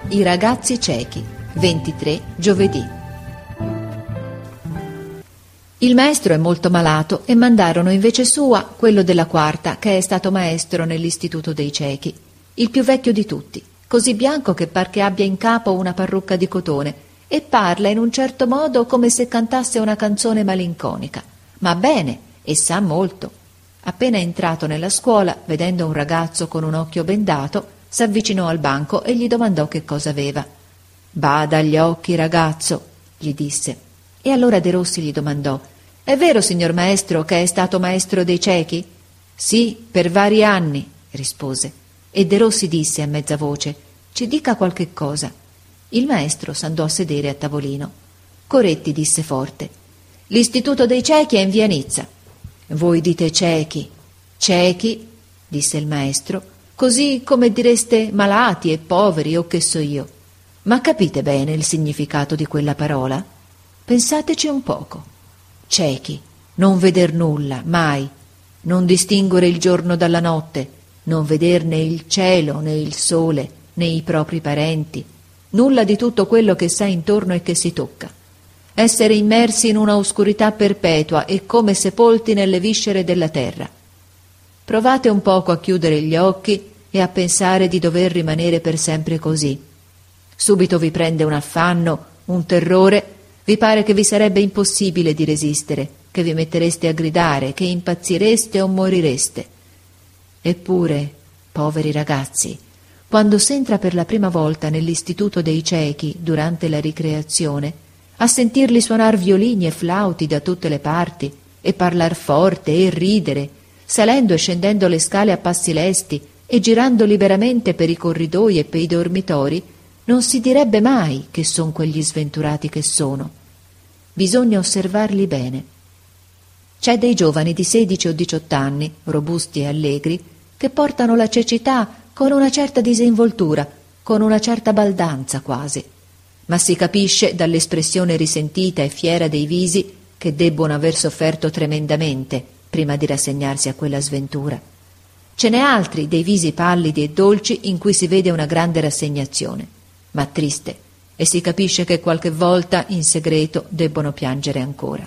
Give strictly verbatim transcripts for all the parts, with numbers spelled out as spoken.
I ragazzi ciechi, ventitré giovedì. Il maestro è molto malato e mandarono in vece sua quello della quarta, che è stato maestro nell'istituto dei ciechi, il più vecchio di tutti, così bianco che par che abbia in capo una parrucca di cotone e parla in un certo modo come se cantasse una canzone malinconica, ma bene e sa molto. Appena entrato nella scuola, vedendo un ragazzo con un occhio bendato, s'avvicinò al banco e gli domandò che cosa aveva. «Bada agli occhi, ragazzo», gli disse. E allora Derossi gli domandò: «È vero, signor maestro, che è stato maestro dei ciechi?» «Sì, per vari anni», rispose. E Derossi disse a mezza voce: «Ci dica qualche cosa». Il maestro s'andò a sedere a tavolino. Coretti disse forte: «L'istituto dei ciechi è in via Nizza». «Voi dite ciechi». «Ciechi», disse il maestro, «così come direste malati e poveri o che so io. Ma capite bene il significato di quella parola? Pensateci un poco. Ciechi, non veder nulla, mai, non distinguere il giorno dalla notte, non veder né il cielo né il sole né i propri parenti, nulla di tutto quello che sta intorno e che si tocca. Essere immersi in una oscurità perpetua e come sepolti nelle viscere della terra. Provate un poco a chiudere gli occhi e a pensare di dover rimanere per sempre così. Subito vi prende un affanno, un terrore, vi pare che vi sarebbe impossibile di resistere, che vi mettereste a gridare, che impazzireste o morireste. Eppure, poveri ragazzi, quando s'entra per la prima volta nell'istituto dei ciechi durante la ricreazione, a sentirli suonar violini e flauti da tutte le parti, e parlar forte e ridere, salendo e scendendo le scale a passi lesti e girando liberamente per i corridoi e per i dormitori, non si direbbe mai che son quegli sventurati che sono. Bisogna osservarli bene. C'è dei giovani di sedici o diciotto anni, robusti e allegri, che portano la cecità con una certa disinvoltura, con una certa baldanza quasi. Ma si capisce dall'espressione risentita e fiera dei visi che debbono aver sofferto tremendamente prima di rassegnarsi a quella sventura. Ce n'è altri dei visi pallidi e dolci in cui si vede una grande rassegnazione, ma triste, e si capisce che qualche volta in segreto debbono piangere ancora.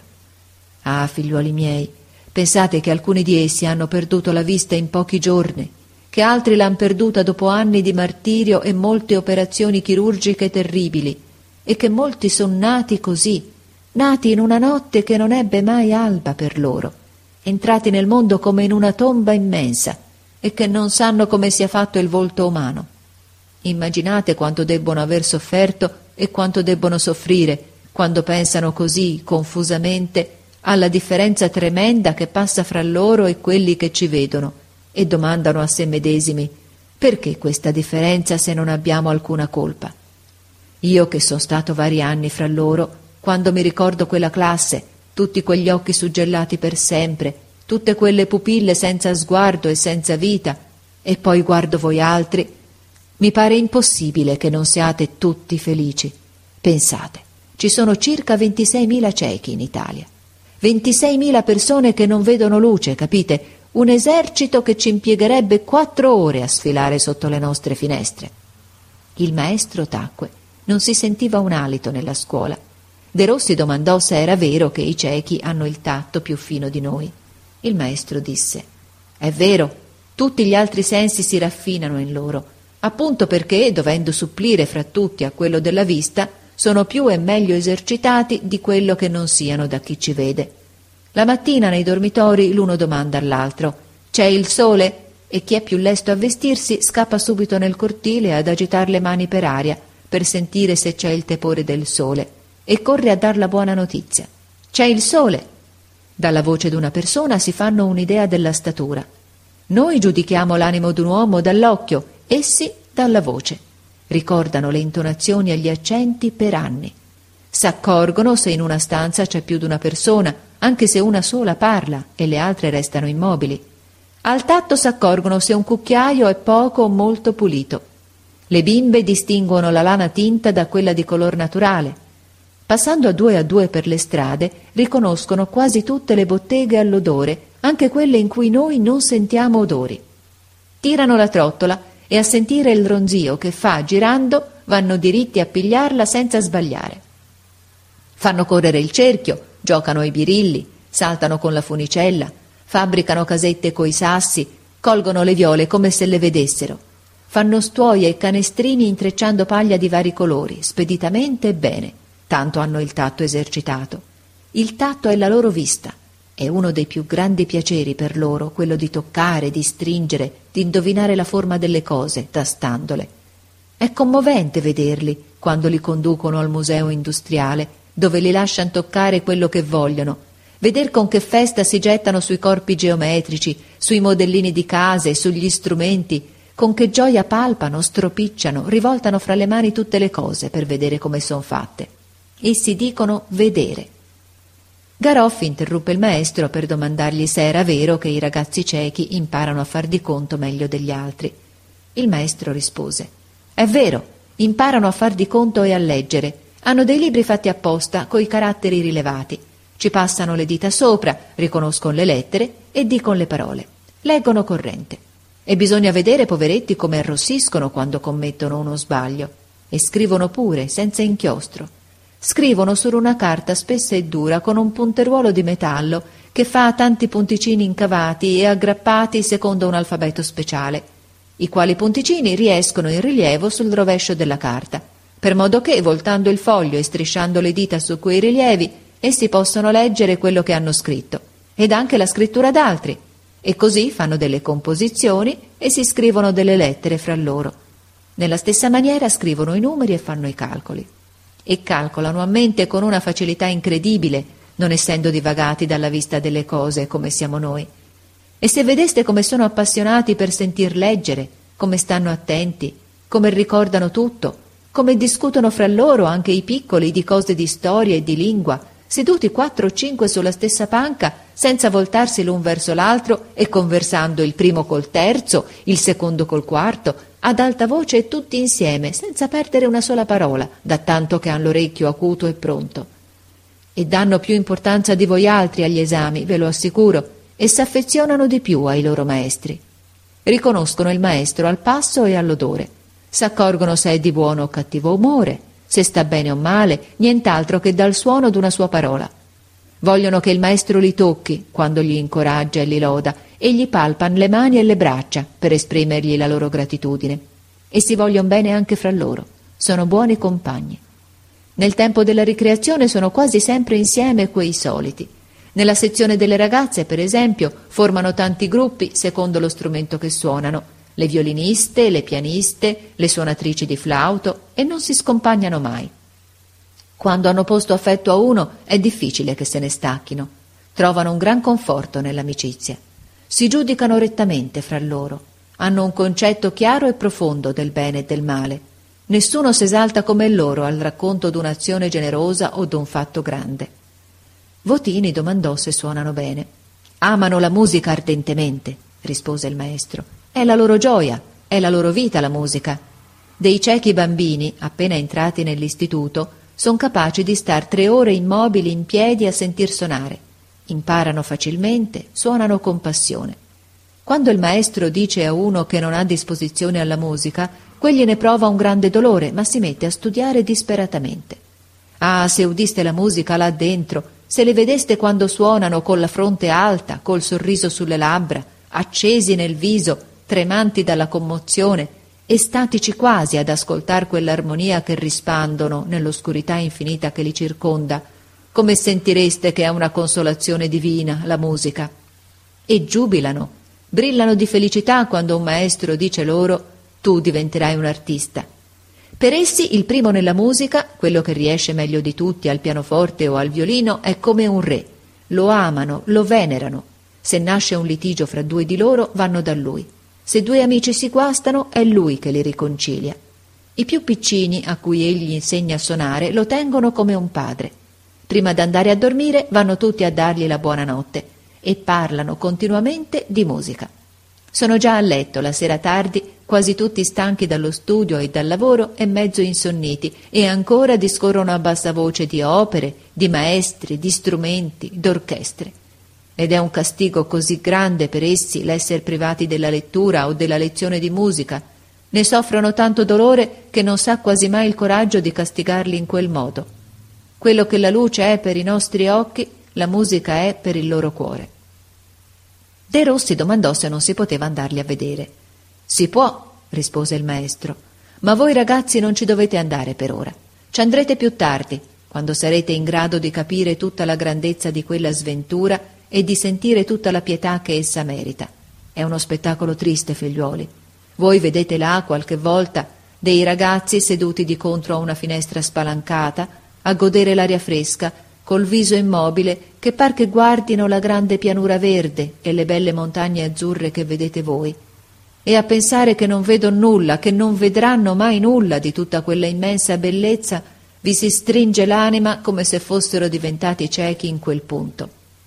Ah, figliuoli miei, pensate che alcuni di essi hanno perduto la vista in pochi giorni, che altri l'han perduta dopo anni di martirio e molte operazioni chirurgiche terribili, e che molti son nati così, nati in una notte che non ebbe mai alba per loro, entrati nel mondo come in una tomba immensa, e che non sanno come sia fatto il volto umano. Immaginate quanto debbono aver sofferto e quanto debbono soffrire quando pensano così confusamente alla differenza tremenda che passa fra loro e quelli che ci vedono, e domandano a sé medesimi: perché questa differenza se non abbiamo alcuna colpa? Io che sono stato vari anni fra loro, quando mi ricordo quella classe, tutti quegli occhi suggellati per sempre, tutte quelle pupille senza sguardo e senza vita, e poi guardo voi altri, mi pare impossibile che non siate tutti felici. Pensate, ci sono circa ventiseimila ciechi in Italia, ventiseimila persone che non vedono luce, capite? Un esercito che ci impiegherebbe quattro ore a sfilare sotto le nostre finestre. Il maestro tacque, non si sentiva un alito nella scuola. Derossi domandò se era vero che i ciechi hanno il tatto più fino di noi. Il maestro disse: «È vero, tutti gli altri sensi si raffinano in loro, appunto perché, dovendo supplire fra tutti a quello della vista, sono più e meglio esercitati di quello che non siano da chi ci vede. La mattina nei dormitori l'uno domanda all'altro: «C'è il sole?» E chi è più lesto a vestirsi scappa subito nel cortile ad agitar le mani per aria per sentire se c'è il tepore del sole, e corre a dar la buona notizia: «C'è il sole!» Dalla voce d'una persona si fanno un'idea della statura. Noi giudichiamo l'animo d'un uomo dall'occhio, essi dalla voce. Ricordano le intonazioni e gli accenti per anni. S'accorgono se in una stanza c'è più d'una persona, anche se una sola parla e le altre restano immobili. Al tatto s'accorgono se un cucchiaio è poco o molto pulito. Le bimbe distinguono la lana tinta da quella di color naturale. Passando a due a due per le strade, riconoscono quasi tutte le botteghe all'odore, anche quelle in cui noi non sentiamo odori. Tirano la trottola e a sentire il ronzio che fa girando vanno diritti a pigliarla senza sbagliare. Fanno correre il cerchio, giocano ai birilli, saltano con la funicella, fabbricano casette coi sassi, colgono le viole come se le vedessero. Fanno stuoie e canestrini intrecciando paglia di vari colori, speditamente e bene, tanto hanno il tatto esercitato. Il tatto è la loro vista. È uno dei più grandi piaceri per loro, quello di toccare, di stringere, di indovinare la forma delle cose, tastandole. È commovente vederli quando li conducono al museo industriale, dove li lasciano toccare quello che vogliono, veder con che festa si gettano sui corpi geometrici, sui modellini di case, sugli strumenti, con che gioia palpano, stropicciano, rivoltano fra le mani tutte le cose per vedere come son fatte. Essi dicono vedere. Garoffi interruppe il maestro per domandargli se era vero che i ragazzi ciechi imparano a far di conto meglio degli altri. Il maestro rispose: «È vero, imparano a far di conto e a leggere. Hanno dei libri fatti apposta, coi caratteri rilevati. Ci passano le dita sopra, riconoscono le lettere e dicono le parole. Leggono corrente. E bisogna vedere, poveretti, come arrossiscono quando commettono uno sbaglio. E scrivono pure, senza inchiostro. Scrivono su una carta spessa e dura con un punteruolo di metallo che fa tanti punticini incavati e aggrappati secondo un alfabeto speciale, i quali punticini riescono in rilievo sul rovescio della carta, per modo che, voltando il foglio e strisciando le dita su quei rilievi, essi possono leggere quello che hanno scritto, ed anche la scrittura d'altri, e così fanno delle composizioni e si scrivono delle lettere fra loro. Nella stessa maniera scrivono i numeri e fanno i calcoli. E calcolano a mente con una facilità incredibile, non essendo divagati dalla vista delle cose come siamo noi. E se vedeste come sono appassionati per sentir leggere, come stanno attenti, come ricordano tutto, come discutono fra loro anche i piccoli di cose di storia e di lingua, seduti quattro o cinque sulla stessa panca, senza voltarsi l'un verso l'altro e conversando il primo col terzo, il secondo col quarto, ad alta voce e tutti insieme, senza perdere una sola parola, da tanto che han l'orecchio acuto e pronto. E danno più importanza di voi altri agli esami, ve lo assicuro, e s'affezionano di più ai loro maestri. Riconoscono il maestro al passo e all'odore, s'accorgono se è di buono o cattivo umore, se sta bene o male, nient'altro che dal suono d'una sua parola. Vogliono che il maestro li tocchi quando gli incoraggia e li loda, e gli palpan le mani e le braccia per esprimergli la loro gratitudine. E si vogliono bene anche fra loro, sono buoni compagni. Nel tempo della ricreazione sono quasi sempre insieme quei soliti. Nella sezione delle ragazze, per esempio, formano tanti gruppi secondo lo strumento che suonano, le violiniste, le pianiste, le suonatrici di flauto, e non si scompagnano mai. Quando hanno posto affetto a uno è difficile che se ne stacchino. Trovano un gran conforto nell'amicizia. Si giudicano rettamente fra loro. Hanno un concetto chiaro e profondo del bene e del male. Nessuno s'esalta come loro al racconto d'un'azione generosa o d'un fatto grande. Votini domandò se suonano bene. Amano la musica ardentemente, rispose il maestro. È la loro gioia, è la loro vita la musica. Dei ciechi bambini, appena entrati nell'istituto, son capaci di star tre ore immobili in piedi a sentir suonare. Imparano facilmente, suonano con passione. Quando il maestro dice a uno che non ha disposizione alla musica, quegli ne prova un grande dolore, ma si mette a studiare disperatamente. Ah, se udiste la musica là dentro, se le vedeste quando suonano con la fronte alta, col sorriso sulle labbra, accesi nel viso, tremanti dalla commozione, estatici quasi ad ascoltar quell'armonia che rispandono nell'oscurità infinita che li circonda, come sentireste che è una consolazione divina la musica. E giubilano, brillano di felicità quando un maestro dice loro: tu diventerai un artista. Per essi il primo nella musica, quello che riesce meglio di tutti al pianoforte o al violino, è come un re. Lo amano, lo venerano. Se nasce un litigio fra due di loro, vanno da lui. Se due amici si guastano, è lui che li riconcilia. I più piccini, a cui egli insegna a suonare, lo tengono come un padre. Prima d'andare a dormire vanno tutti a dargli la buonanotte e parlano continuamente di musica. Sono già a letto la sera tardi, quasi tutti stanchi dallo studio e dal lavoro e mezzo insonniti, e ancora discorrono a bassa voce di opere, di maestri, di strumenti, d'orchestre. Ed è un castigo così grande per essi l'esser privati della lettura o della lezione di musica, Ne soffrono tanto dolore che non s'ha quasi mai il coraggio di castigarli in quel modo. Quello che la luce è per i nostri occhi, la musica è per il loro cuore. De Rossi domandò se non si poteva andarli a vedere. Si può, rispose il maestro, ma voi ragazzi non ci dovete andare per ora. Ci andrete più tardi, quando sarete in grado di capire tutta la grandezza di quella sventura e di sentire tutta la pietà che essa merita. È uno spettacolo triste, figliuoli. Voi vedete là qualche volta dei ragazzi seduti di contro a una finestra spalancata, a godere l'aria fresca, col viso immobile, che par che guardino la grande pianura verde e le belle montagne azzurre che vedete voi, e a pensare che non vedono nulla, che non vedranno mai nulla di tutta quella immensa bellezza, vi si stringe l'anima come se fossero diventati ciechi in quel punto.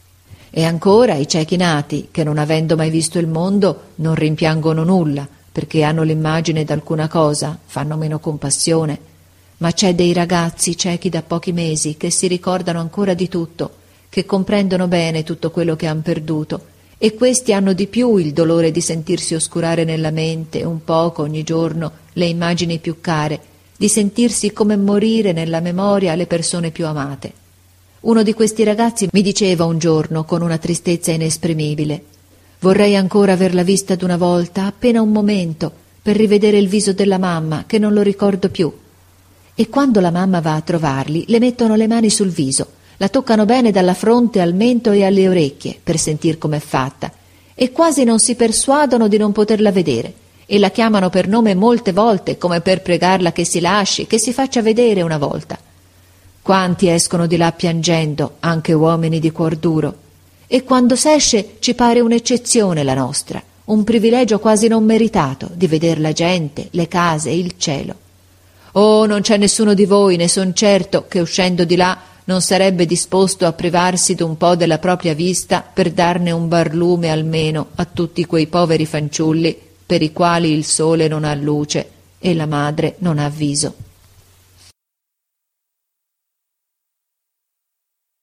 E ancora i ciechi nati, che non avendo mai visto il mondo, non rimpiangono nulla, perché hanno l'immagine d'alcuna cosa, fanno meno compassione. Ma c'è dei ragazzi ciechi da pochi mesi che si ricordano ancora di tutto, che comprendono bene tutto quello che han perduto, e questi hanno di più il dolore di sentirsi oscurare nella mente un poco ogni giorno le immagini più care, di sentirsi come morire nella memoria le persone più amate. Uno di questi ragazzi mi diceva un giorno con una tristezza inesprimibile: vorrei ancora averla vista d'una volta, appena un momento, per rivedere il viso della mamma, che non lo ricordo più. E quando la mamma va a trovarli, le mettono le mani sul viso, la toccano bene dalla fronte al mento e alle orecchie, per sentir com'è fatta, e quasi non si persuadono di non poterla vedere, e la chiamano per nome molte volte, come per pregarla che si lasci, che si faccia vedere una volta. Quanti escono di là piangendo, anche uomini di cuor duro, e quando s'esce ci pare un'eccezione la nostra, un privilegio quasi non meritato, di veder la gente, le case, il cielo. Oh, non c'è nessuno di voi, ne son certo, che uscendo di là non sarebbe disposto a privarsi d'un po' della propria vista per darne un barlume almeno a tutti quei poveri fanciulli per i quali il sole non ha luce e la madre non ha viso.